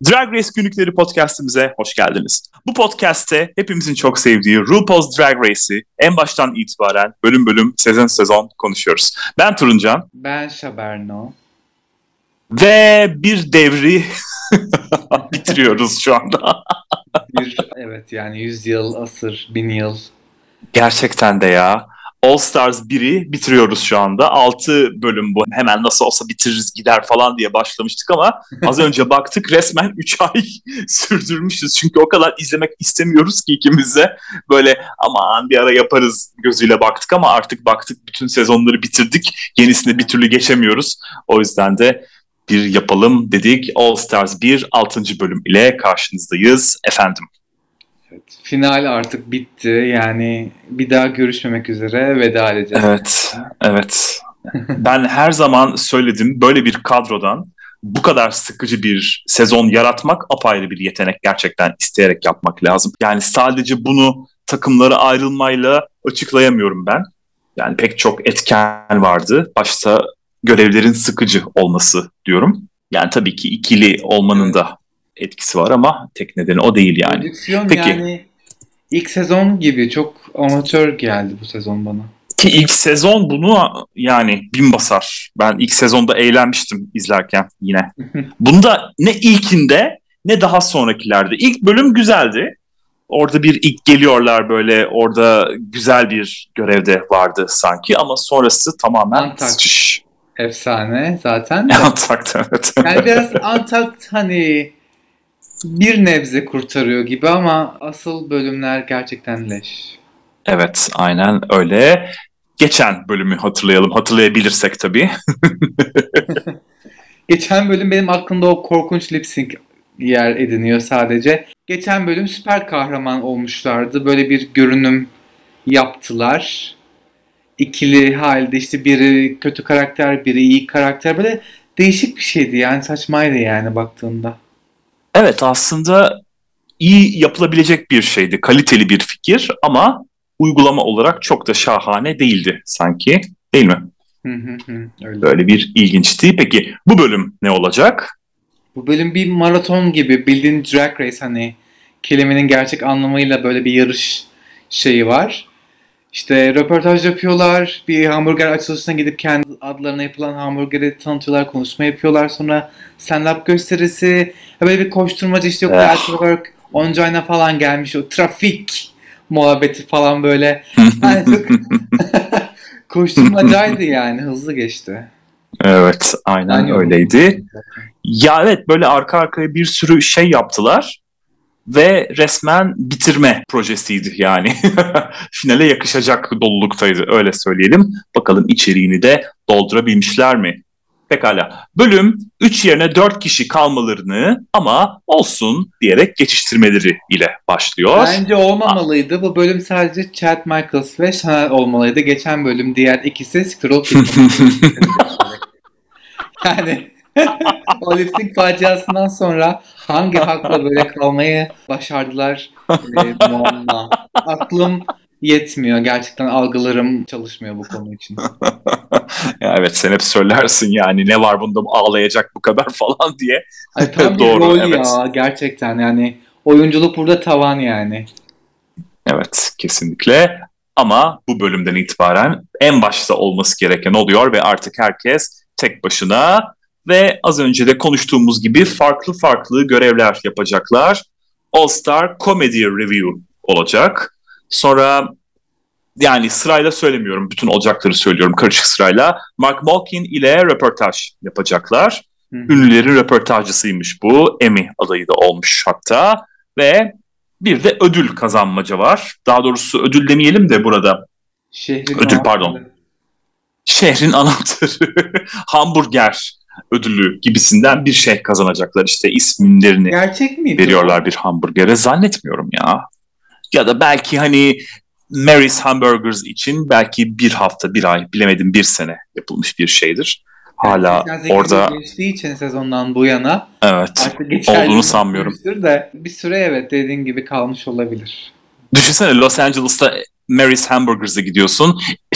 Drag Race Günlükleri podcastimize hoş geldiniz. Bu podcast'te hepimizin çok sevdiği RuPaul's Drag Race'i en baştan itibaren bölüm bölüm, sezon sezon konuşuyoruz. Ben Turuncan. Ben Şaberno. Ve bir devri bitiriyoruz şu anda. Evet yani 100 yıl, asır, 1000 yıl. Gerçekten de ya. All Stars 1'i bitiriyoruz şu anda. 6 bölüm bu. Hemen nasıl olsa bitiririz gider falan diye başlamıştık ama az önce baktık resmen 3 ay sürdürmüşüz. Çünkü o kadar izlemek istemiyoruz ki ikimiz de. Böyle aman bir ara yaparız gözüyle baktık ama artık baktık bütün sezonları bitirdik. Yenisine bir türlü geçemiyoruz. O yüzden de bir yapalım dedik. All Stars 1 6. bölüm ile karşınızdayız efendim. Evet, final artık bitti. Yani bir daha görüşmemek üzere veda edeceğiz. Evet. Ben her zaman söyledim, böyle bir kadrodan bu kadar sıkıcı bir sezon yaratmak apayrı bir yetenek. Gerçekten isteyerek yapmak lazım. Yani sadece bunu takımlara ayrılmayla açıklayamıyorum ben. Yani pek çok etken vardı. Başta görevlerin sıkıcı olması diyorum. Yani tabii ki ikili olmanın da etkisi var ama tek nedeni o değil yani. Prodüksiyon peki, yani ilk sezon gibi çok amatör geldi bu sezon bana. Ki ilk sezon bunu yani bin basar. Ben ilk sezonda eğlenmiştim izlerken yine. Bunda ne ilkinde ne daha sonrakilerde. İlk bölüm güzeldi. Orada bir ilk geliyorlar böyle, orada güzel bir görevde vardı sanki ama sonrası tamamen sıçış. Efsane zaten. Antak evet. Yani biraz Antak hani bir nebze kurtarıyor gibi ama asıl bölümler gerçekten leş. Evet, aynen öyle. Geçen bölümü hatırlayalım. Hatırlayabilirsek tabii. Geçen bölüm benim aklımda o korkunç lip sync yer ediniyor sadece. Geçen bölüm süper kahraman olmuşlardı. Böyle bir görünüm yaptılar. İkili halde işte biri kötü karakter, biri iyi karakter. Böyle değişik bir şeydi yani, saçmaydı yani baktığında. Evet, aslında iyi yapılabilecek bir şeydi. Kaliteli bir fikir ama uygulama olarak çok da şahane değildi sanki. Değil mi? Öyle. Böyle bir ilginçti. Peki bu bölüm ne olacak? Bu bölüm bir maraton gibi, bildiğin Drag Race, hani kelimenin gerçek anlamıyla böyle bir yarış şeyi var. İşte röportaj yapıyorlar, bir hamburger açılışına gidip kendi adlarına yapılan hamburgeri tanıtıyorlar, konuşma yapıyorlar, sonra stand-up gösterisi, böyle bir koşturmaca işte, yok Work, Oncayna falan gelmiş, o trafik muhabbeti falan böyle. Yani çok koşturmacaydı yani, hızlı geçti. Evet, aynen öyleydi. Ya evet, böyle arka arkaya bir sürü şey yaptılar ve resmen bitirme projesiydi yani. Finale yakışacak doluluktaydı, öyle söyleyelim. Bakalım içeriğini de doldurabilmişler mi? Pekala. Bölüm 3 yerine 4 kişi kalmalarını ama olsun diyerek geçiştirmeleri ile başlıyor. Bence olmamalıydı. Bu bölüm sadece Chad Michaels ve Chanel olmalıydı. Geçen bölüm diğer ikisi Stroll yani o lip sync faciasından sonra hangi hakla böyle kalmayı başardılar? Muamma. Aklım yetmiyor. Gerçekten algılarım çalışmıyor bu konu için. Ya evet, sen hep söylersin yani, ne var bunda ağlayacak bu kadar falan diye. Ay, tam bir rol ya gerçekten, yani oyunculuk burada tavan yani. Evet, kesinlikle. Ama bu bölümden itibaren en başta olması gereken oluyor ve artık herkes tek başına ve az önce de konuştuğumuz gibi farklı farklı görevler yapacaklar. All Star Comedy Review olacak. Sonra yani sırayla söylemiyorum, bütün olacakları söylüyorum karışık sırayla. Mark Malkin ile röportaj yapacaklar. Ünlülerin röportajcısıymış bu. Emmy adayı da olmuş hatta. Ve bir de ödül kazanmaca var. Daha doğrusu ödül demeyelim de burada. Şehrin anahtarı. Hamburger ödülü gibisinden bir şey kazanacaklar. İşte isimlerini gerçek miydi veriyorlar bir hamburgere. Zannetmiyorum ya. Ya da belki hani Mary's Hamburgers için belki bir hafta, bir ay, bilemedim bir sene yapılmış bir şeydir. Hala orada geçtiği için sezondan bu yana evet olduğunu sanmıyorum. De bir süre evet dediğin gibi kalmış olabilir. Düşünsene, Los Angeles'ta Mary's Hamburgers'a gidiyorsun.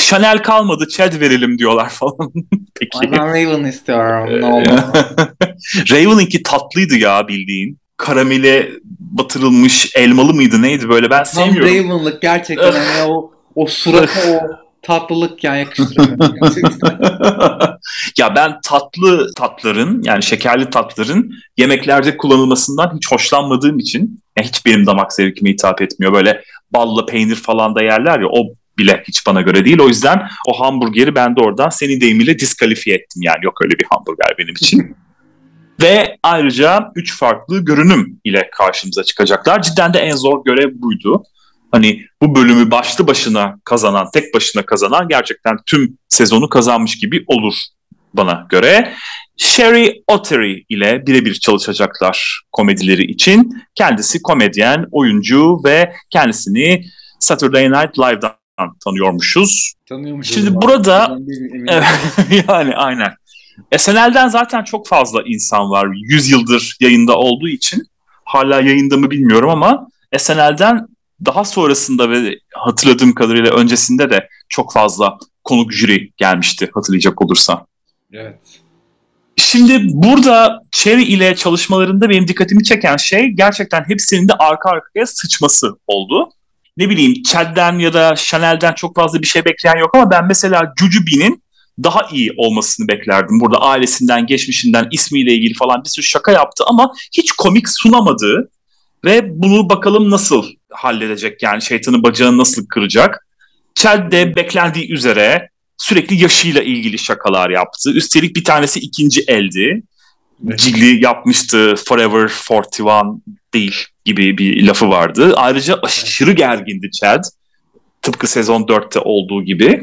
Chanel kalmadı, Chad verelim diyorlar falan. Peki. Ay, ben Raven istiyorum. Ne olur. Raven'ınki tatlıydı ya bildiğin. Karamele batırılmış elmalı mıydı neydi böyle, ben Tam sevmiyorum. Raven'lık gerçekten, hani o surata, o tatlılık yani yakıştıramıyorum gerçekten. Ya ben tatlı tatların, yani şekerli tatların yemeklerde kullanılmasından hiç hoşlanmadığım için, yani hiç benim damak zevkime hitap etmiyor. Böyle balla peynir falan da yerler ya, o bile hiç bana göre değil. O yüzden o hamburgeri ben de oradan senin deyimiyle diskalifiye ettim, yani yok öyle bir hamburger benim için. Ve ayrıca 3 farklı görünüm ile karşımıza çıkacaklar. Cidden de en zor görev buydu. Hani bu bölümü başlı başına kazanan, tek başına kazanan gerçekten tüm sezonu kazanmış gibi olur bana göre. Sherry O'Terry ile birebir çalışacaklar komedileri için. Kendisi komedyen, oyuncu ve kendisini Saturday Night Live'dan tanıyormuşuz. Tanıyormuşuz. Şimdi burada yani aynen. SNL'den zaten çok fazla insan var. 100 yıldır yayında olduğu için, hala yayında mı bilmiyorum ama SNL'den daha sonrasında ve hatırladığım kadarıyla öncesinde de çok fazla konuk jüri gelmişti, hatırlayacak olursan. Evet. Şimdi burada Cherry ile çalışmalarında benim dikkatimi çeken şey gerçekten hepsinin de arka arkaya sıçması oldu. Ne bileyim, Chad'den ya da Chanel'den çok fazla bir şey bekleyen yok ama ben mesela Jujubee'nin daha iyi olmasını beklerdim. Burada ailesinden, geçmişinden, ismiyle ilgili falan bir sürü şaka yaptı ama hiç komik sunamadı. Ve bunu bakalım nasıl halledecek, yani şeytanın bacağını nasıl kıracak. Chad de beklendiği üzere sürekli yaşıyla ilgili şakalar yaptı. Üstelik bir tanesi ikinci eldi. Jiggly yapmıştı, Forever 41 değil gibi bir lafı vardı. Ayrıca aşırı gergindi Chad. Tıpkı sezon 4'te olduğu gibi.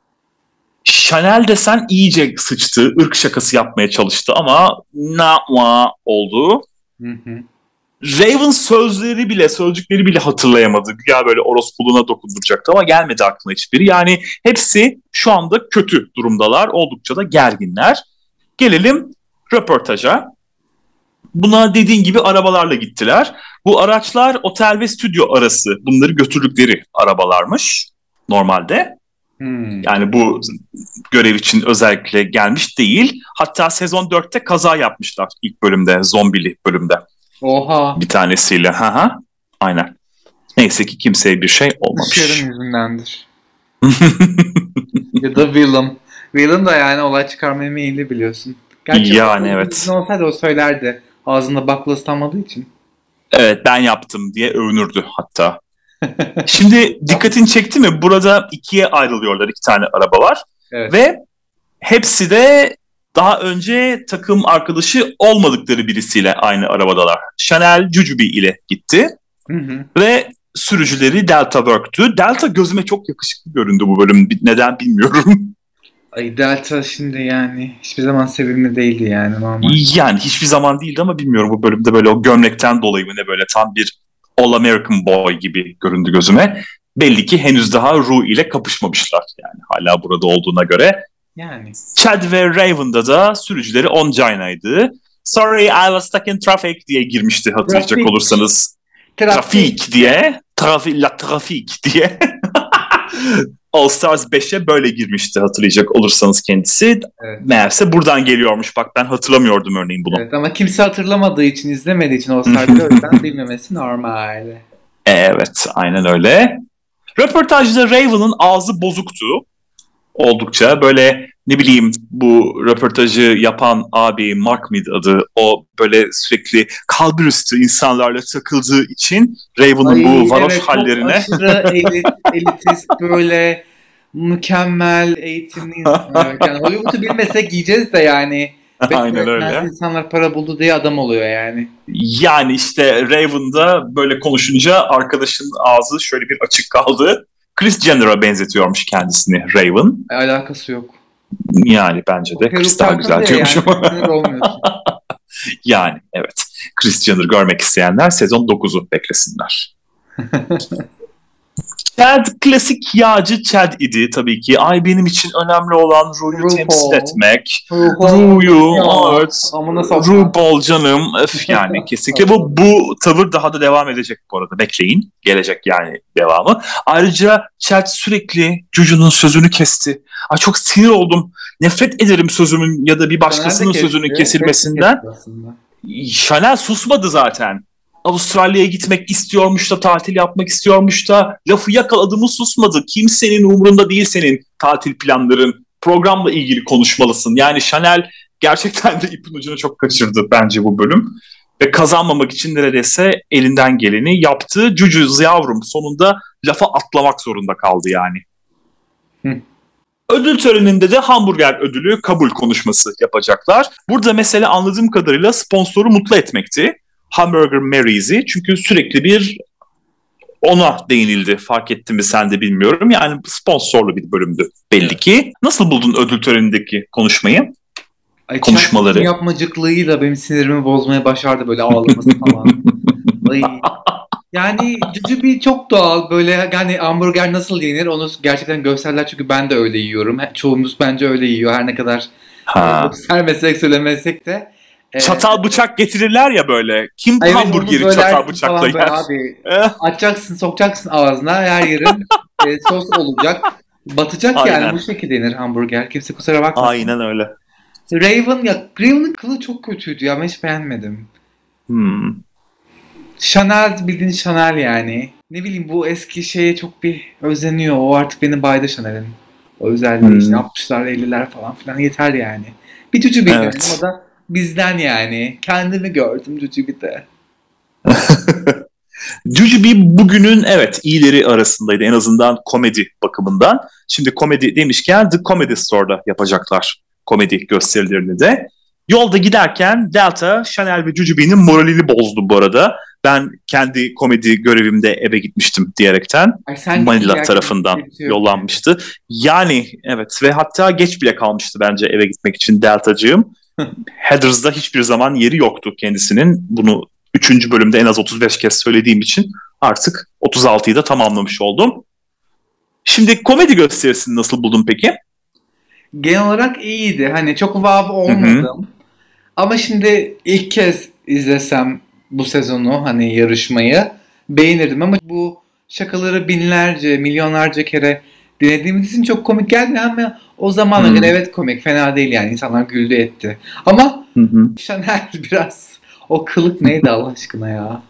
Chanel desen iyice sıçtı, ırk şakası yapmaya çalıştı ama oldu. Hı hı. Raven sözcükleri bile hatırlayamadı. Güya böyle orospuluğuna dokunduracaktı ama gelmedi aklına hiçbiri. Yani hepsi şu anda kötü durumdalar. Oldukça da gerginler. Gelelim röportaja. Buna dediğin gibi arabalarla gittiler. Bu araçlar otel ve stüdyo arası bunları götürdükleri arabalarmış normalde. Yani bu görev için özellikle gelmiş değil. Hatta sezon 4'te kaza yapmışlar ilk bölümde, zombili bölümde. Oha. Bir tanesiyle. Aynen. Neyse ki kimseye bir şey olmamış. Sharon yüzündendir. Ya da Willem. Willem da yani olay çıkarmaya meyilli, biliyorsun. Gerçi yani evet. Ne olsaydı o söylerdi. Ağzında bakla ıslanmadığı için. Evet, ben yaptım diye övünürdü hatta. Şimdi dikkatini çekti mi? Burada ikiye ayrılıyorlar, 2 tane araba var. Evet. Ve hepsi de daha önce takım arkadaşı olmadıkları birisiyle aynı arabadalar. Chanel Jujubee ile gitti. Hı. Ve sürücüleri Delta Work'tü. Delta gözüme çok yakışıklı göründü bu bölüm. Neden bilmiyorum. Ay, Delta şimdi yani hiçbir zaman sevimli değildi yani, normal. Yani hiçbir zaman değildi ama bilmiyorum, bu bölümde böyle o gömlekten dolayı mı ne, böyle tam bir All American Boy gibi göründü gözüme. Belli ki henüz daha Rue ile kapışmamışlar yani, hala burada olduğuna göre. Yani. Chad ve Raven'da da sürücüleri Ongina'ydı. Sorry, I was stuck in traffic diye girmişti, hatırlayacak olursanız. Trafik diye. Trafik diye. All Stars 5'e böyle girmişti, hatırlayacak olursanız kendisi. Evet. Meğerse buradan geliyormuş. Bak, ben hatırlamıyordum örneğin bunu. Evet, ama kimse hatırlamadığı için, izlemediği için All Stars'ı o yüzden bilmemesi normal. Evet, aynen öyle. Röportajda Raven'ın ağzı bozuktu. Oldukça böyle, ne bileyim, bu röportajı yapan abi, Mark mıydı adı? O böyle sürekli kalburüstü insanlarla takıldığı için Raven'ın bu varoş hallerine... Çok aşırı elitist, böyle mükemmel eğitimli insanlar. Yani Hollywood'u bilmesek yiyeceğiz de yani. Aynen öyle. İnsanlar para buldu diye adam oluyor yani. Yani işte Raven'da böyle konuşunca arkadaşın ağzı şöyle bir açık kaldı. Kris Jenner'a benzetiyormuş kendisini Raven. Alakası yok. Yani bence de Kris daha güzel diyormuşum. Yani, yani evet. Kris Jenner görmek isteyenler sezon 9'u beklesinler. Chad klasik yağcı Chad idi tabii ki. Ay benim için önemli olan Ru'yu temsil etmek. Ru'yu, evet. RuPaul canım. Öf yani kesinlikle bu tavır daha da devam edecek bu arada. Bekleyin. Gelecek yani devamı. Ayrıca Chad sürekli Juju'nun sözünü kesti. Ay çok sinir oldum. Nefret ederim sözümün ya da bir başkasının sözünün kesilmesinden. Chanel susmadı zaten. Avustralya'ya gitmek istiyormuş da tatil yapmak istiyormuş da lafı yakaladı mı susmadı. Kimsenin umurunda değil senin tatil planların. Programla ilgili konuşmalısın. Yani Chanel gerçekten de ipin ucunu çok kaçırdı bence bu bölüm. Ve kazanmamak için neredeyse elinden geleni yaptı. Juju yavrum sonunda lafa atlamak zorunda kaldı yani. Ödül töreninde de hamburger ödülü kabul konuşması yapacaklar. Burada mesele anladığım kadarıyla sponsoru mutlu etmekti. Hamburger Marys'i, çünkü sürekli bir ona değinildi. Fark etti mi sen de bilmiyorum. Yani sponsorlu bir bölümdü belli ki. Nasıl buldun ödül törenindeki konuşmayı? Konuşmaları. Yapmacıklığıyla benim sinirimi bozmaya başardı, böyle ağlaması falan. Yani Jujubi çok doğal, böyle yani hamburger nasıl yenir onu gerçekten gösterler, çünkü ben de öyle yiyorum. Çoğumuz bence öyle yiyor, her ne kadar göstermesek söylemesek de. Çatal bıçak getirirler ya böyle. Kim hamburgeri çatal bıçakla yer? Abi. Açacaksın, sokacaksın ağzına, her yerin sos olacak. Batacak. Aynen. Yani bu şekilde yenir hamburger. Kimse kusura bakmasın. Aynen öyle. Raven'ın kılı çok kötüydü ya, ben hiç beğenmedim. Chanel, bildiğin Chanel yani. Ne bileyim, bu eski şeye çok bir özeniyor. O artık beni baydı Chanel'in. O özelliği işte 60'lar 50'ler falan filan yeter yani. Bir Juju bekledim, o da bizden yani. Kendimi gördüm Jujubi'de. Jujubi bugünün iyileri arasındaydı, en azından komedi bakımından. Şimdi komedi demişken The Comedy Store'da yapacaklar komedi gösterilerini de. Yolda giderken Delta, Chanel ve Jujubi'nin moralini bozdu bu arada. Ben kendi komedi görevimde eve gitmiştim diyerekten. Manila tarafından yollanmıştı. Yani evet, ve hatta geç bile kalmıştı bence eve gitmek için Deltacığım. Heathers'da hiçbir zaman yeri yoktu kendisinin. Bunu 3. bölümde en az 35 kez söylediğim için artık 36'yı da tamamlamış oldum. Şimdi komedi gösterisini nasıl buldun peki? Genel olarak iyiydi. Hani çok wow olmadım. Ama şimdi ilk kez izlesem bu sezonu, hani yarışmayı beğenirdim, ama bu şakaları binlerce, milyonlarca kere dinlediğimiz için çok komik gelmiyor, ama o zamana göre evet komik, fena değil yani, insanlar güldü etti. Ama Chanel biraz, o kılık neydi Allah aşkına ya?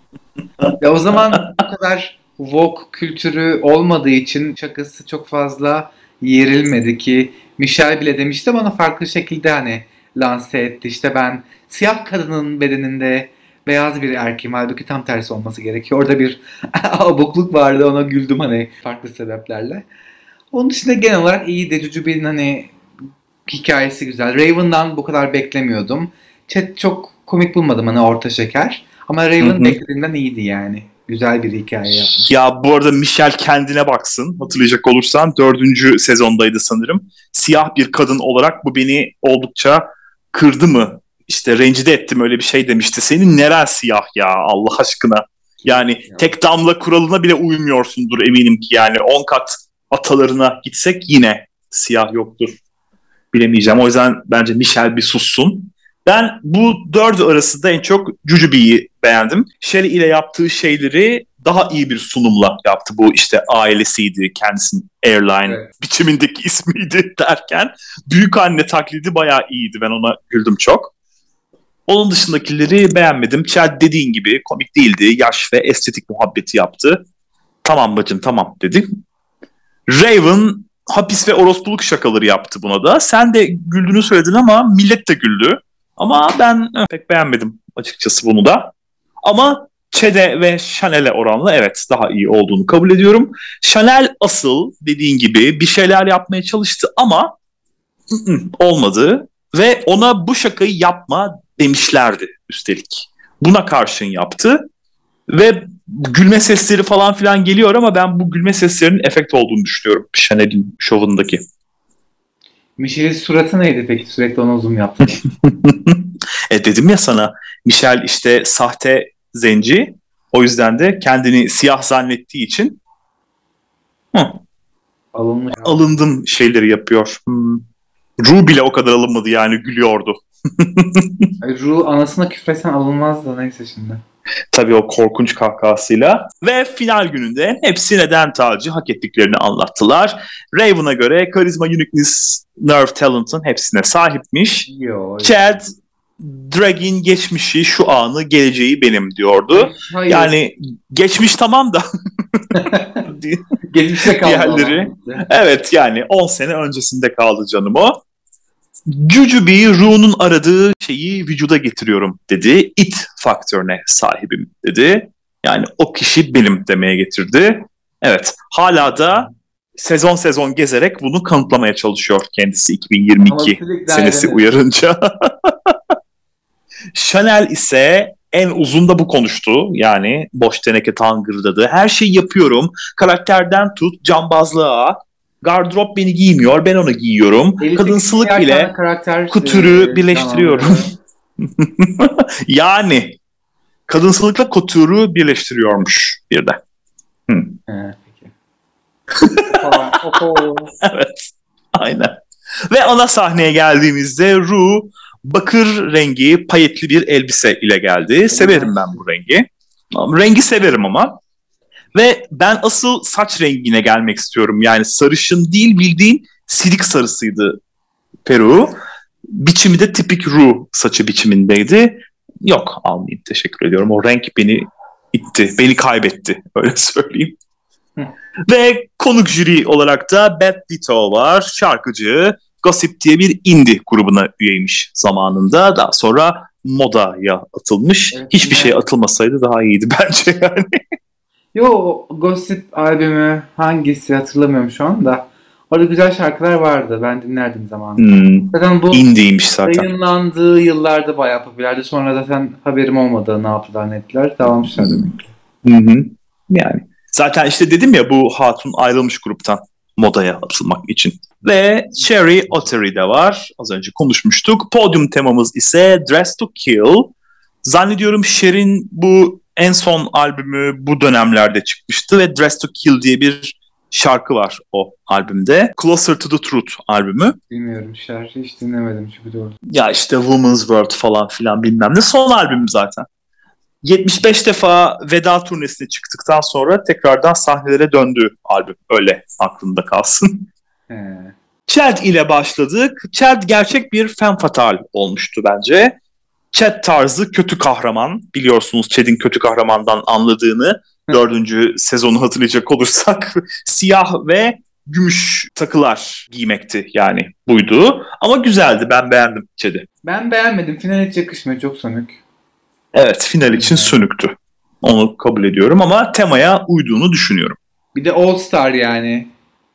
Ya o zaman bu kadar woke kültürü olmadığı için şakası çok fazla yerilmedi ki Michelle bile demişti, bana farklı şekilde hani lanse etti. İşte ben siyah kadının bedeninde beyaz bir erkeğim, halbuki tam tersi olması gerekiyor. Orada bir abukluk vardı, ona güldüm hani farklı sebeplerle. Onun dışında genel olarak iyiydi. Jujubi'nin hani hikayesi güzel. Raven'dan bu kadar beklemiyordum. Chat çok komik bulmadım, hani orta şeker. Ama Raven beklediğimden iyiydi yani. Güzel bir hikaye yapmış. Ya bu arada Michelle kendine baksın. Hatırlayacak olursan 4. sezondaydı sanırım. Siyah bir kadın olarak bu beni oldukça kırdı mı? İşte rencide ettim, öyle bir şey demişti. Senin neren siyah ya Allah aşkına? Yani tek damla kuralına bile uymuyorsundur eminim ki, yani 10 kat atalarına gitsek yine siyah yoktur. Bilemeyeceğim. O yüzden bence Michelle bir sussun. Ben bu 4'ü arasında en çok Jujubi'yi beğendim. Shelly ile yaptığı şeyleri daha iyi bir sunumla yaptı. Bu işte ailesiydi, kendisinin airline biçimindeki ismiydi derken büyük anne taklidi bayağı iyiydi. Ben ona güldüm çok. Onun dışındakileri beğenmedim. Chad dediğin gibi komik değildi. Yaş ve estetik muhabbeti yaptı. Tamam bacım tamam dedi. Raven hapis ve orospuluk şakaları yaptı buna da. Sen de güldüğünü söyledin ama millet de güldü. Ama ben pek beğenmedim açıkçası bunu da. Ama Chad'e ve Chanel'e oranla evet daha iyi olduğunu kabul ediyorum. Chanel asıl dediğin gibi bir şeyler yapmaya çalıştı ama olmadı. Ve ona bu şakayı yapma demişlerdi üstelik. Buna karşın yaptı. Ve gülme sesleri falan filan geliyor ama ben bu gülme seslerinin efekt olduğunu düşünüyorum Chanel'in şovundaki. Michelle'in suratı neydi peki? Sürekli ona zoom yaptı. Dedim ya sana, Michelle işte sahte zenci. O yüzden de kendini siyah zannettiği için Hı. Alınmış. Alındım şeyleri yapıyor. Ru bile o kadar alınmadı yani, gülüyordu. Ru anasına küfretsen alınmaz da neyse şimdi. Tabii o korkunç kahkahasıyla. Ve final gününde hepsi neden tacı hak ettiklerini anlattılar. Raven'a göre karizma, uniqueness, nerve, talent'ın hepsine sahipmiş. Yo. Chad, Drag'in geçmişi, şu anı, geleceği benim diyordu. Hayır. Yani geçmiş tamam da Geçmişte kaldı. diğerleri. Evet yani 10 sene öncesinde kaldı canım o. Jujubee, Ru'nun aradığı şeyi vücuda getiriyorum dedi. It faktörüne sahibim dedi. Yani o kişi benim demeye getirdi. Evet, hala da sezon sezon gezerek bunu kanıtlamaya çalışıyor kendisi 2022 senesi uyarınca. Chanel ise en uzun da bu konuştu. Yani boş teneke tangırdadı. Her şeyi yapıyorum. Karakterden tut, cambazlığa. Gardırop beni giymiyor, ben onu giyiyorum. Kadınsılık ile kutürü birleştiriyorum. Yani kadınsılıkla kutürü birleştiriyormuş bir de. Peki. Evet, aynen. Ve ana sahneye geldiğimizde Ru bakır rengi payetli bir elbise ile geldi. Severim ben bu rengi. Rengi severim ama. Ve ben asıl saç rengine gelmek istiyorum. Yani sarışın değil, bildiğin silik sarısıydı peruğu. Biçimi de tipik Ru saçı biçimindeydi. Yok, almayayım, teşekkür ediyorum. O renk beni itti, beni kaybetti, öyle söyleyeyim. Ve konuk jüri olarak da Beth Ditto var, şarkıcı. Gossip diye bir indie grubuna üyeymiş zamanında. Daha sonra modaya atılmış. Evet, hiçbir şey atılmasaydı daha iyiydi bence yani. Yo, Gossip albümü hangisi hatırlamıyorum şu anda. Orada güzel şarkılar vardı. Ben dinlerdim zamanında. Zaten bu indie'ymiş zaten. Yayınlandığı yıllarda bayağı popülerdi. Sonra zaten haberim olmadı, ne yaptılar, ne ettiler. Dağılmışlar demek ki. Yani zaten işte dedim ya, bu hatun ayrılmış gruptan modaya atılmak için. Ve Sherry O'Terry de var. Az önce konuşmuştuk. Podyum temamız ise Dress to Kill. Zannediyorum Sherry'in bu en son albümü bu dönemlerde çıkmıştı ve Dress to Kill diye bir şarkı var o albümde. Closer to the Truth albümü. Bilmiyorum, şarkı hiç dinlemedim çünkü doğru. Ya işte Woman's World falan filan bilmem ne. Son albüm zaten. 75 defa veda turnesine çıktıktan sonra tekrardan sahnelere döndü albüm. Öyle aklında kalsın. Chad ile başladık. Chad gerçek bir femme fatale olmuştu bence. Chad tarzı kötü kahraman. Biliyorsunuz Chad'in kötü kahramandan anladığını. 4. sezonu hatırlayacak olursak siyah ve gümüş takılar giymekti, yani buydu. Ama güzeldi, ben beğendim Chad'i. Ben beğenmedim. Final hiç yakışmıyor, çok sönük. Evet, final için sönüktü. Onu kabul ediyorum ama temaya uyduğunu düşünüyorum. Bir de All Star yani.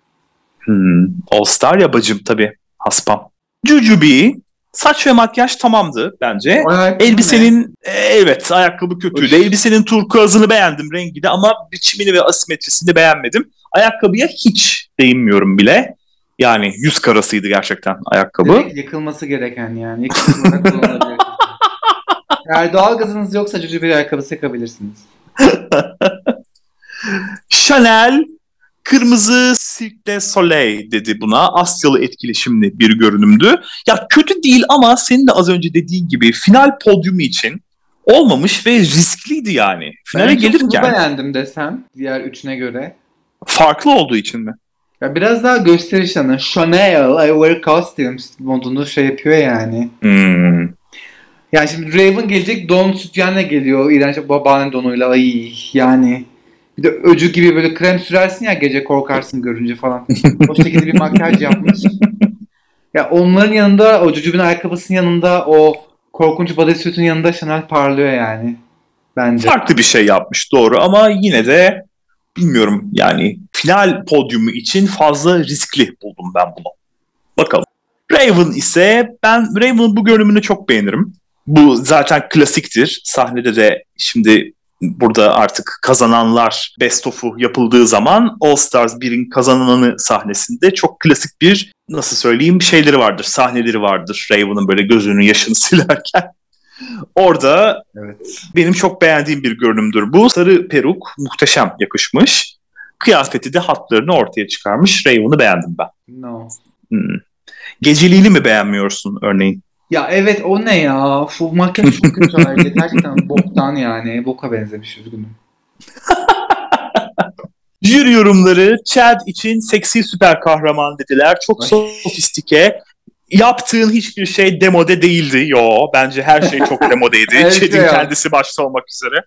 All Star ya bacım, tabii. Haspam. Jujubee, saç ve makyaj tamamdı bence. Elbisenin evet, ayakkabı kötüydü. Elbisenin turkuazını beğendim, rengi de, ama biçimini ve asimetrisini beğenmedim. Ayakkabıya hiç değinmiyorum bile. Yani yüz karasıydı gerçekten ayakkabı. Direkt yıkılması gereken yani. Eğer doğalgazınız yoksa Jujubee ayakkabısı yakabilirsiniz. Chanel kırmızı Cirque du Soleil dedi buna. Asyalı etkileşimli bir görünümdü. Ya kötü değil ama senin de az önce dediğin gibi final podyumu için olmamış ve riskliydi yani. Finale gelirken. Ben beğendim desem diğer üçüne göre. Farklı olduğu için mi? Ya biraz daha gösteriş yani. Chanel, I wear costumes modunu şey yapıyor yani. Yani şimdi Raven gelecek, don sütyenle geliyor. İğrenç babaanne donuyla. Ay yani. Bir de öcü gibi böyle krem sürersin ya, gece korkarsın görünce falan. O şekilde bir makyaj yapmış. Ya onların yanında, o Jujubee'nin ayakkabısının yanında, o korkunç bodysuit'un yanında Chanel parlıyor yani. Bence. Farklı bir şey yapmış, doğru, ama yine de bilmiyorum yani, final podyumu için fazla riskli buldum ben bunu. Bakalım. Raven ise, ben Raven'ın bu görünümünü çok beğenirim. Bu zaten klasiktir. Sahnede de şimdi burada artık kazananlar best of'u yapıldığı zaman All Stars 1'in kazananı sahnesinde çok klasik bir, nasıl söyleyeyim, şeyleri vardır, sahneleri vardır. Raven'ın böyle gözünün yaşını silerken. Orada benim çok beğendiğim bir görünümdür bu. Sarı peruk muhteşem yakışmış. Kıyafeti de hatlarını ortaya çıkarmış. Raven'ı beğendim ben. No. Geceliğini mi beğenmiyorsun örneğin? Ya evet, o ne ya? Bu makyaj çok kötü ayrıca. Gerçekten boktan yani. Boka benzemiş, üzgünüm. Jüri yorumları Chad için seksi süper kahraman dediler. Çok sofistike. Yaptığın hiçbir şey demode değildi. Yo, bence her şey çok demodeydi. Evet Chad'in ya. kendisi başta olmak üzere.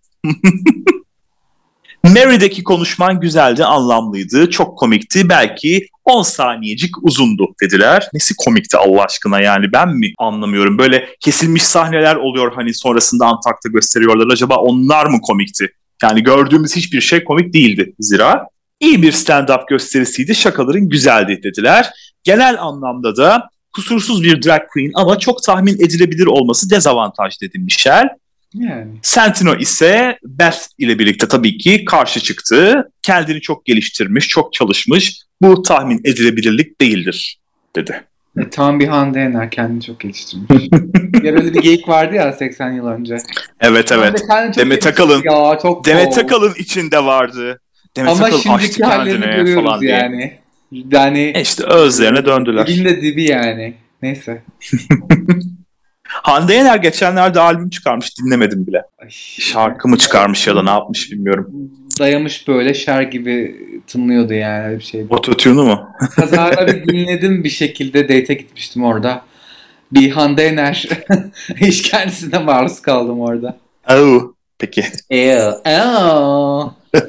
Mary'deki konuşman güzeldi, anlamlıydı, çok komikti. Belki 10 saniyecik uzundu dediler. Nesi komikti Allah aşkına, yani ben mi anlamıyorum? Böyle kesilmiş sahneler oluyor hani, sonrasında Antak'ta gösteriyorlar. Acaba onlar mı komikti? Yani gördüğümüz hiçbir şey komik değildi zira. İyi bir stand-up gösterisiydi, şakaların güzeldi dediler. Genel anlamda da kusursuz bir drag queen ama çok tahmin edilebilir olması dezavantaj dedi Michelle. Yani. Santino ise Beth ile birlikte tabii ki karşı çıktı. Kendini çok geliştirmiş, çok çalışmış. Bu tahmin edilebilirlik değildir dedi. Tam bir Hande Yener, kendini çok geliştirmiş. Ya böyle bir geyik vardı ya 80 yıl önce. Evet. Demet Akalın. Ya, çok Demet Akalın içinde vardı. Demet ama Akalın şimdiki hallerini görüyoruz falan yani. Yani işte özlerine döndüler. Dibinde dibi yani. Neyse. Hande Yener geçenlerde albüm çıkarmış, dinlemedim bile. Ay, şarkı mı çıkarmış ya da ne yapmış bilmiyorum. Dayamış böyle şer gibi tınlıyordu yani, öyle bir şeydi. Ototune'u mu? Kazara bir dinledim, bir şekilde date'e gitmiştim orada. Bir Hande Yener işkencesine maruz kaldım orada. Peki. Ew.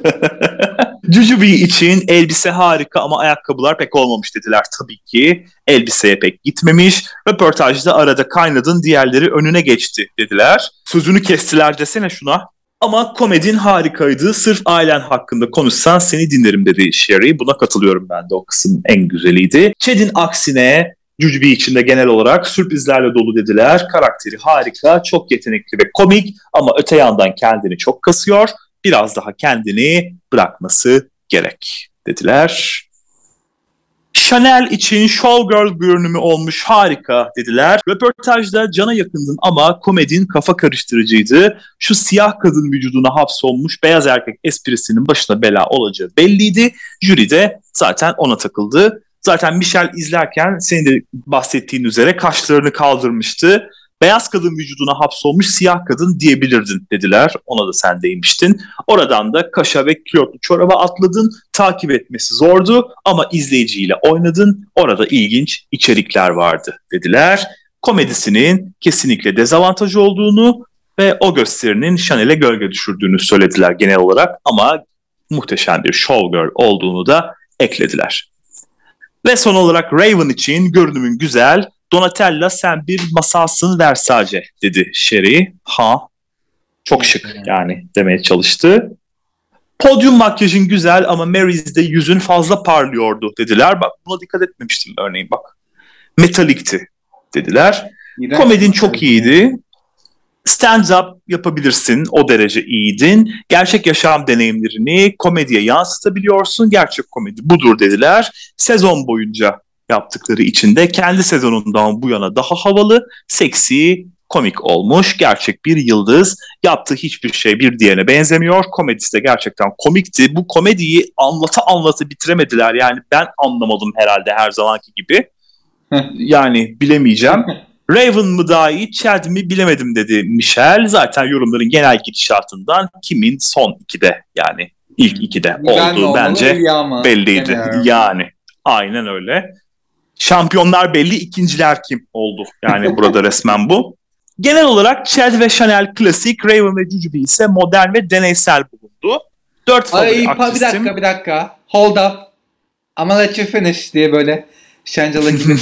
Jujubee için elbise harika ama ayakkabılar pek olmamış dediler tabii ki. Elbiseye pek gitmemiş. Röportajda arada kaynadın, diğerleri önüne geçti dediler. Sözünü kestiler desene şuna. Ama komedin harikaydı. Sırf ailen hakkında konuşsan seni dinlerim dedi Sherry. Buna katılıyorum ben de, o kısım en güzeliydi. Chad'in aksine Jujubee için de genel olarak sürprizlerle dolu dediler. Karakteri harika, çok yetenekli ve komik ama öte yandan kendini çok kasıyor. Biraz daha kendini bırakması gerek dediler. Chanel için showgirl görünümü olmuş, harika dediler. Röportajda cana yakındın ama komedin kafa karıştırıcıydı. Şu siyah kadın vücuduna hapsolmuş beyaz erkek esprisinin başına bela olacağı belliydi. Jüri de zaten ona takıldı. Zaten Michelle izlerken senin de bahsettiğin üzere kaşlarını kaldırmıştı. Beyaz kadın vücuduna hapsolmuş siyah kadın diyebilirdin dediler. Ona da sen değmiştin. Oradan da kaşa ve kilotlu çoraba atladın. Takip etmesi zordu ama izleyiciyle oynadın. Orada ilginç içerikler vardı dediler. Komedisinin kesinlikle dezavantajı olduğunu ve o gösterinin Chanel'e gölge düşürdüğünü söylediler genel olarak. Ama muhteşem bir showgirl olduğunu da eklediler. Ve son olarak Raven için görünümün güzel. Donatella sen bir masalsın Versace dedi Sherry. Çok şık yani demeye çalıştı. Podyum makyajın güzel ama Mary's'de yüzün fazla parlıyordu dediler. Bak buna dikkat etmemiştim örneğin bak. Metalikti dediler. Komedin çok iyiydi. Stand-up yapabilirsin, o derece iyiydin. Gerçek yaşam deneyimlerini komediye yansıtabiliyorsun. Gerçek komedi budur dediler. Sezon boyunca yaptıkları için de kendi sezonundan bu yana daha havalı, seksi, komik olmuş. Gerçek bir yıldız. Yaptığı hiçbir şey bir diğerine benzemiyor. Komedisi de gerçekten komikti. Bu komediyi anlata bitiremediler. Yani ben anlamadım herhalde her zamanki gibi. Yani bilemeyeceğim. Raven mı daha iyi, Chad mi bilemedim dedi Michelle. Zaten yorumların genel gidişatından kimin son ikide yani ilk ikide olduğu bence belliydi. Yani aynen öyle. Şampiyonlar belli, ikinciler kim oldu? Yani burada resmen bu. Genel olarak Chad ve Chanel klasik, Raven ve Jujubee ise modern ve deneysel bulundu. 4 favori artistim. Bir dakika. Hold up. I'm gonna let you finish diye böyle Şencalı gibi.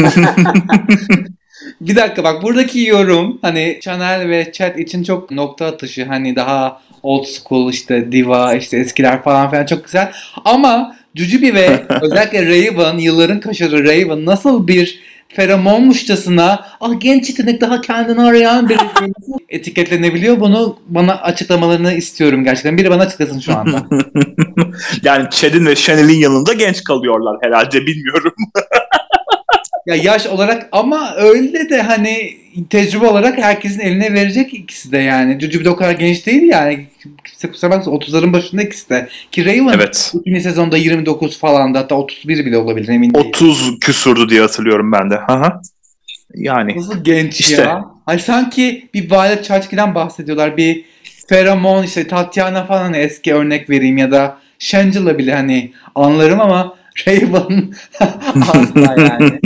Bir dakika bak, buradaki yorum hani Chanel ve Chad için çok nokta atışı, hani daha old school, işte diva, işte eskiler falan filan, çok güzel. Ama Jujubee ve özellikle Raven, yılların kaşarı Raven nasıl bir feromonmuşçasına genç yetenek, daha kendini arayan bir etiketlenebiliyor, bunu bana açıklamalarını istiyorum gerçekten. Biri bana açıklasın şu anda. Yani Chad'in ve Chanel'in yanında genç kalıyorlar herhalde, bilmiyorum. Ya yaş olarak ama öyle de hani tecrübe olarak herkesin eline verecek ikisi de yani. Jujubi de o kadar genç değil yani. Kimse kusura bakmasın 30'ların başında ikisi de. Ki Raven ikinci sezonda 29 falan da hatta 31 bile olabilir emin değilim. 30 küsurdu diye hatırlıyorum ben de. Aha. Yani. Nasıl genç ya? Ay sanki bir Violet Chachki'den bahsediyorlar. Bir Pheromone işte Tatiana falan hani eski örnek vereyim ya da Shangela bile hani anlarım ama Raven asla yani.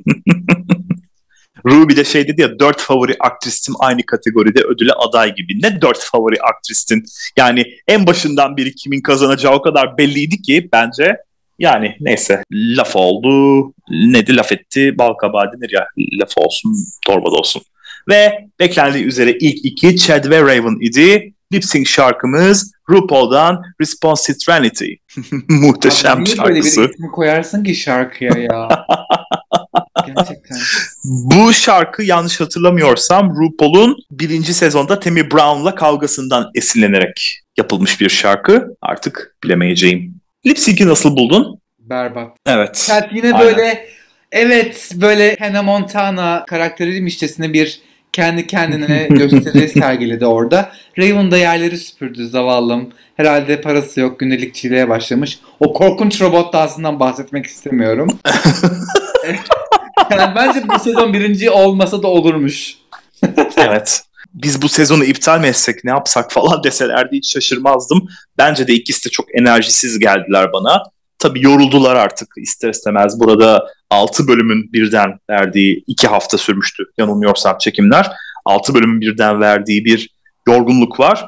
Ruby de şey dedi ya 4 favori aktristim aynı kategoride ödüle aday gibi. Ne 4 favori aktristin? Yani en başından beri kimin kazanacağı o kadar belliydi ki bence. Yani neyse laf oldu. Neydi laf etti bal kabağı denir ya. Laf olsun torbada olsun. Ve beklendiği üzere ilk iki Chad ve Raven idi. Lip sync şarkımız RuPaul'dan Response Trinity. Muhteşem abi, şarkısı. Niye böyle bir ismi koyarsın ki şarkıya ya? Gerçekten. Bu şarkı yanlış hatırlamıyorsam RuPaul'un 1. sezonda Tammy Brown'la kavgasından esinlenerek yapılmış bir şarkı. Artık bilemeyeceğim. Lip sync'i nasıl buldun? Berbat. Evet. Chad yine böyle böyle Hannah Montana karakteriymişçesine bir kendi kendine gösteri sergiledi orada. Raven da yerleri süpürdü zavallım. Herhalde parası yok gündelikçiliğe başlamış. O korkunç robot dansından bahsetmek istemiyorum. Yani bence bu sezon birinci olmasa da olurmuş. Evet. Biz bu sezonu iptal mi etsek ne yapsak falan deselerdi hiç şaşırmazdım. Bence de ikisi de çok enerjisiz geldiler bana. Tabii yoruldular artık ister istemez. Burada 6 bölümün birden verdiği 2 hafta sürmüştü yanılmıyorsam çekimler. 6 bölümün birden verdiği bir yorgunluk var.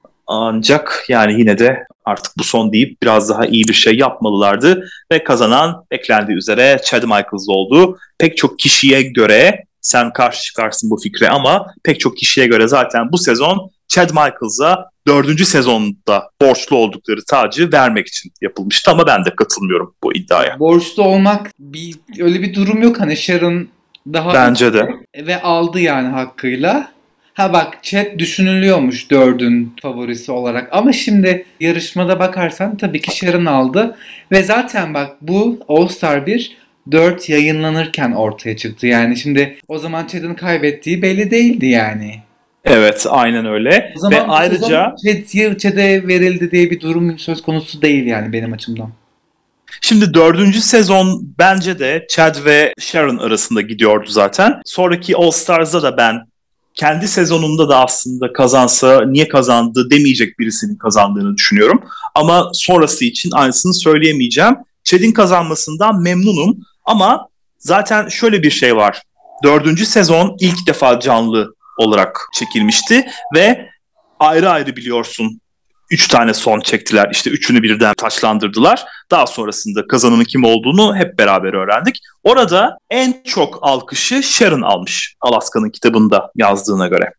Ancak yani yine de artık bu son deyip biraz daha iyi bir şey yapmalılardı. Ve kazanan beklendiği üzere Chad Michaels oldu. Pek çok kişiye göre sen karşı çıkarsın bu fikre ama pek çok kişiye göre zaten bu sezon Chad Michaels'a 4. sezonda borçlu oldukları tacı vermek için yapılmıştı ama ben de katılmıyorum bu iddiaya. Borçlu olmak öyle bir durum yok. Hani Sharon daha bence de ve aldı yani hakkıyla. Ha bak Chad düşünülüyormuş 4'ün favorisi olarak ama şimdi yarışmada bakarsan tabii ki Sharon aldı ve zaten bak bu All Star 1 4 yayınlanırken ortaya çıktı yani şimdi o zaman Chad'ın kaybettiği belli değildi yani. Evet aynen öyle. O zaman ve ayrıca Chad'e verildi diye bir durum söz konusu değil yani benim açımdan. Şimdi 4. sezon bence de Chad ve Sharon arasında gidiyordu zaten. Sonraki All Stars'da da ben kendi sezonunda da aslında kazansa niye kazandı demeyecek birisinin kazandığını düşünüyorum. Ama sonrası için aynısını söyleyemeyeceğim. Chad'in kazanmasından memnunum ama zaten şöyle bir şey var. 4. sezon ilk defa canlı olarak çekilmişti ve ayrı ayrı biliyorsun 3 tane son çektiler. İşte üçünü birden taçlandırdılar. Daha sonrasında kazananın kim olduğunu hep beraber öğrendik. Orada en çok alkışı Sharon almış. Alaska'nın kitabında yazdığına göre.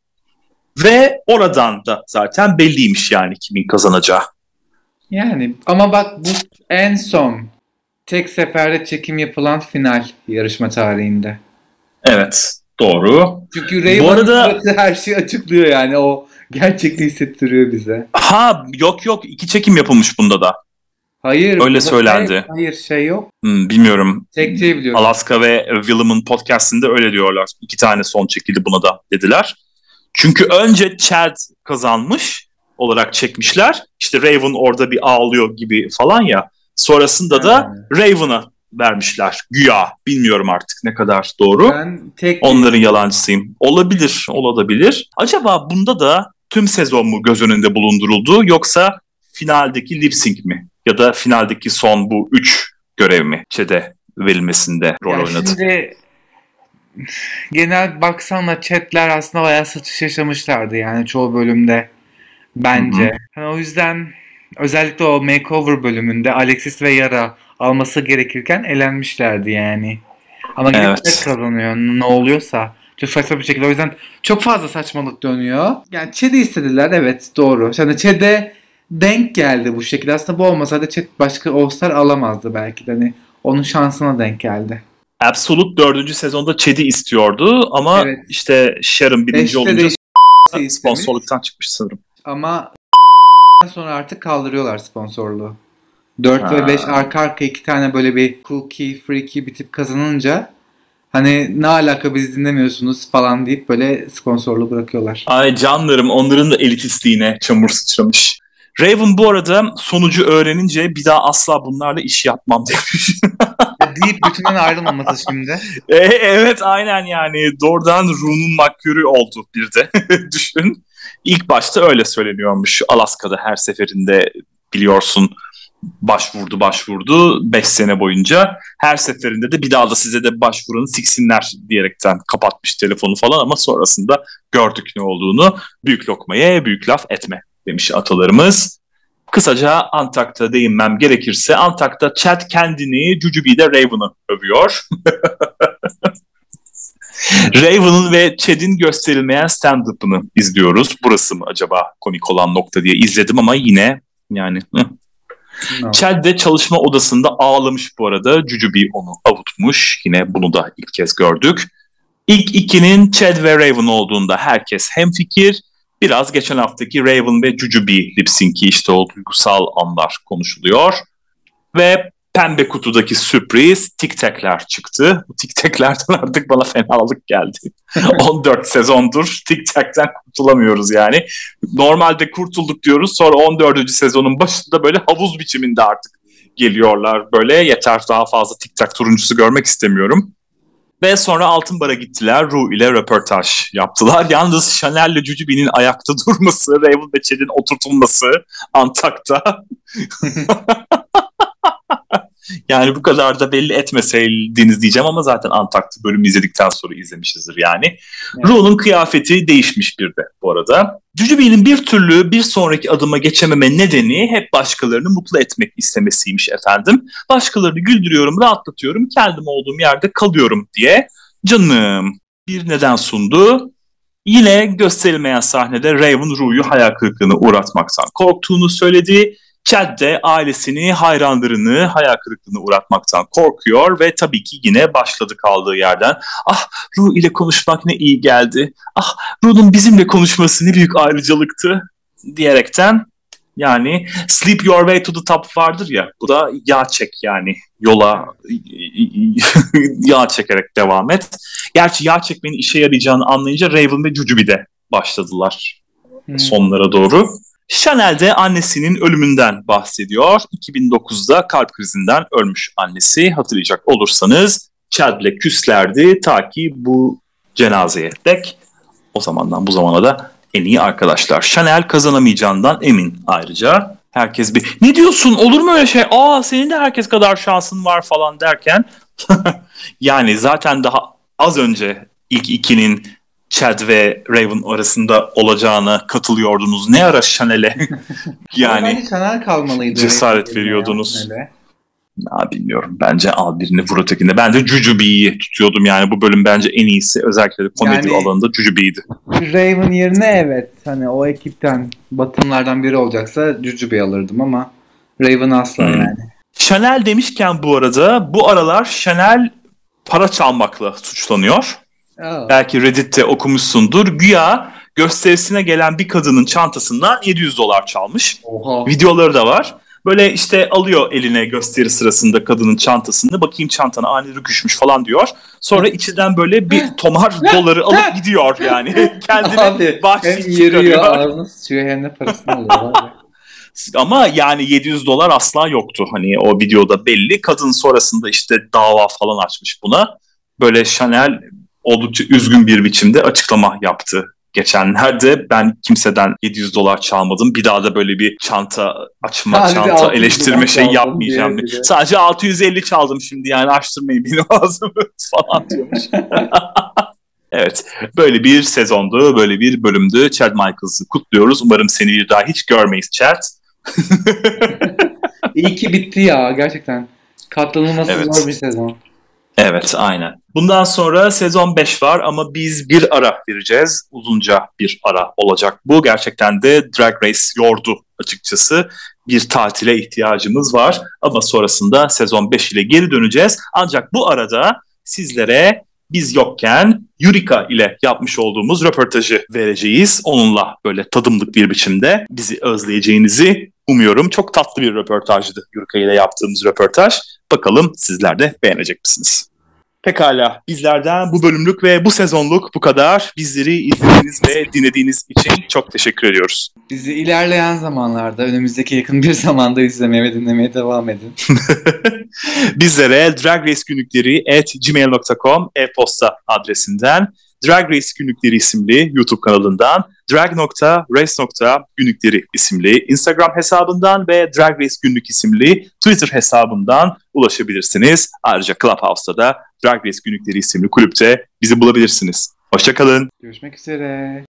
Ve oradan da zaten belliymiş yani kimin kazanacağı. Yani ama bak bu en son tek seferde çekim yapılan final yarışma tarihinde. Evet, doğru. Çünkü Raven her şeyi açıklıyor yani o gerçekliği hissettiriyor bize. Ha yok 2 çekim yapılmış bunda da. Hayır. Öyle söylendi. Hayır şey yok. Bilmiyorum. Tek diye biliyorum. Alaska ve Willem'ın podcastinde öyle diyorlar. 2 tane son çekildi buna da dediler. Çünkü önce Chad kazanmış olarak çekmişler. İşte Raven orada bir ağlıyor gibi falan ya. Sonrasında da Raven'a vermişler. Güya. Bilmiyorum artık ne kadar doğru. Onların yalancısıyım. Olabilir. Acaba bunda da tüm sezon mu göz önünde bulunduruldu yoksa finaldeki lip sync mi? Ya da finaldeki son bu 3 görev mi? Chad'e verilmesinde rol oynadı. Şimdi genel baksana chatler aslında bayağı satış yaşamışlardı yani çoğu bölümde bence. Yani o yüzden özellikle o makeover bölümünde Alexis ve Yara alması gerekirken elenmişlerdi yani. Ama gidip kazanıyor ne oluyorsa. Çok saçma bir şekilde o yüzden çok fazla saçmalık dönüyor. Yani Chad'i istediler evet doğru. Yani Chad'e denk geldi bu şekilde. Aslında bu olmasaydı Chad başka All-Star alamazdı belki de. Hani onun şansına denk geldi. Absolute 4. sezonda Chad'i istiyordu ama işte Sharon birinci olunca sponsorluktan çıkmış sanırım. Ama sonra artık kaldırıyorlar sponsorluğu. 4 ve 5 arka arka 2 tane böyle bir cookie, freaky bir tip kazanınca Hani ne alaka biz dinlemiyorsunuz falan deyip böyle sponsorlu bırakıyorlar. Ay canlarım, onların da elitistliğine çamur sıçramış. Raven bu arada sonucu öğrenince bir daha asla bunlarla iş yapmam demiş. Deyip bütünden ayrılmaması şimdi. Evet aynen, yani doğrudan Ru'nun makyörü oldu bir de. Düşün. İlk başta öyle söyleniyormuş. Alaska'da her seferinde biliyorsun başvurdu 5 sene boyunca. Her seferinde de bir daha da size de başvuranı siksinler diyerekten kapatmış telefonu falan, ama sonrasında gördük ne olduğunu. Büyük lokmaya büyük laf etme demiş atalarımız. Kısaca Antak'ta değinmem gerekirse, Antak'ta Chad kendini, Jujubee'de Raven'ı övüyor. Raven'ın ve Chad'in gösterilmeyen stand-up'ını izliyoruz. Burası mı acaba komik olan nokta diye izledim ama yine yani... No. Chad de çalışma odasında ağlamış bu arada. Jujubee onu avutmuş. Yine bunu da ilk kez gördük. İlk ikinin Chad ve Raven olduğunda herkes hemfikir. Biraz geçen haftaki Raven ve Jujubee lip-sync'i, işte o duygusal anlar konuşuluyor. Ve pembe kutudaki sürpriz Tic Tac'ler çıktı. Bu Tic Tac'lerden artık bana fenalık geldi. 14 sezondur Tic Tac'ten kurtulamıyoruz yani. Normalde kurtulduk diyoruz, sonra 14. sezonun başında böyle havuz biçiminde artık geliyorlar. Böyle yeter, daha fazla Tic Tac turuncusu görmek istemiyorum. Ve sonra Altın Bar'a gittiler. Ru ile röportaj yaptılar. Yalnız Chanel ile Jujubee'nin ayakta durması, Raven ve Chad'in oturtulması Antak'ta... Yani bu kadar da belli etmeseydiniz diyeceğim ama zaten Antak'ta bölümü izledikten sonra izlemişizdir yani. Evet. Ru'nun kıyafeti değişmiş bir de bu arada. Jujubee'nin bir türlü bir sonraki adıma geçememe nedeni hep başkalarını mutlu etmek istemesiymiş efendim. Başkalarını güldürüyorum, rahatlatıyorum, kendim olduğum yerde kalıyorum diye canım bir neden sundu. Yine gösterilmeyen sahnede Raven Ru'yu hayal kırıklığına uğratmaktan korktuğunu söyledi. Chad de ailesini, hayranlarını hayal kırıklığına uğratmaktan korkuyor ve tabii ki yine başladı kaldığı yerden. Ah, Ru ile konuşmak ne iyi geldi. Ah, Ru'nun bizimle konuşması ne büyük ayrıcalıktı diyerekten, yani sleep your way to the top vardır ya, bu da yağ çek yani, yola yağ çekerek devam et. Gerçi yağ çekmenin işe yarayacağını anlayınca Raven ve Jujubee de başladılar sonlara doğru. Chanel de annesinin ölümünden bahsediyor. 2009'da kalp krizinden ölmüş annesi. Hatırlayacak olursanız Chad'le küslerdi ta ki bu cenazeye dek. O zamandan bu zamana da en iyi arkadaşlar. Chanel kazanamayacağından emin ayrıca. Herkes bir ne diyorsun, olur mu öyle şey? Aa, senin de herkes kadar şansın var falan derken yani zaten daha az önce ilk ikinin Chad ve Raven arasında olacağına katılıyordunuz. Ne ara Chanel'e yani Chanel kalmalıydı, cesaret veriyordunuz. Ya, bilmiyorum. Bence al birini vur ötekinde. Ben de Jujubee'yi tutuyordum yani. Bu bölüm bence en iyisi. Özellikle de komedi yani, alanında Jujubee'ydi. Raven yerine evet. Hani o ekipten batımlardan biri olacaksa Jujubee'yi alırdım ama Raven asla yani. Chanel demişken bu arada bu aralar Chanel para çalmakla suçlanıyor. Oh. Belki Reddit'te okumuşsundur. Güya gösterisine gelen bir kadının çantasından $700 çalmış. Oha. Videoları da var. Böyle işte alıyor eline gösteri sırasında kadının çantasını. Bakayım çantana ani rüküşmüş falan diyor. Sonra içinden böyle bir tomar doları alıp gidiyor yani. Kendine bahşiş çıkarıyor. Hem yeriyor, ağzına sıçıyor, hem de parasını alıyor. Ama yani $700 asla yoktu. Hani o videoda belli. Kadın sonrasında işte dava falan açmış buna. Böyle Chanel oldukça üzgün bir biçimde açıklama yaptı geçenlerde. Ben kimseden $700 çalmadım. Bir daha da böyle bir çanta açma, sadece çanta eleştirme şey yapmayacağım. Sadece 650 çaldım şimdi, yani açtırmayın benim ağzımı falan diyormuş. Evet, böyle bir sezondu, böyle bir bölümdü. Chad Michaels'ı kutluyoruz. Umarım seni bir daha hiç görmeyiz Chad. İyi ki bitti ya, gerçekten. Katlanılması zor bir sezon. Evet, aynen. Bundan sonra sezon 5 var ama biz bir ara vereceğiz. Uzunca bir ara olacak bu. Gerçekten de Drag Race yordu açıkçası. Bir tatile ihtiyacımız var ama sonrasında sezon 5 ile geri döneceğiz. Ancak bu arada sizlere biz yokken Eureka ile yapmış olduğumuz röportajı vereceğiz. Onunla böyle tadımlık bir biçimde bizi özleyeceğinizi umuyorum. Çok tatlı bir röportajdı Eureka ile yaptığımız röportaj. Bakalım sizler de beğenecek misiniz? Pekala, bizlerden bu bölümlük ve bu sezonluk bu kadar. Bizleri izlediğiniz ve dinlediğiniz için çok teşekkür ediyoruz. Bizi ilerleyen zamanlarda, önümüzdeki yakın bir zamanda izlemeye ve dinlemeye devam edin. Bizlere dragracegünlükleri@gmail.com e-posta adresinden, Drag Race Günlükleri isimli YouTube kanalından, drag.race.günlükleri isimli Instagram hesabından ve Drag Race Günlük isimli Twitter hesabından ulaşabilirsiniz. Ayrıca Clubhouse'da da Drag Race Günlükleri isimli kulüpte bizi bulabilirsiniz. Hoşça kalın. Görüşmek üzere.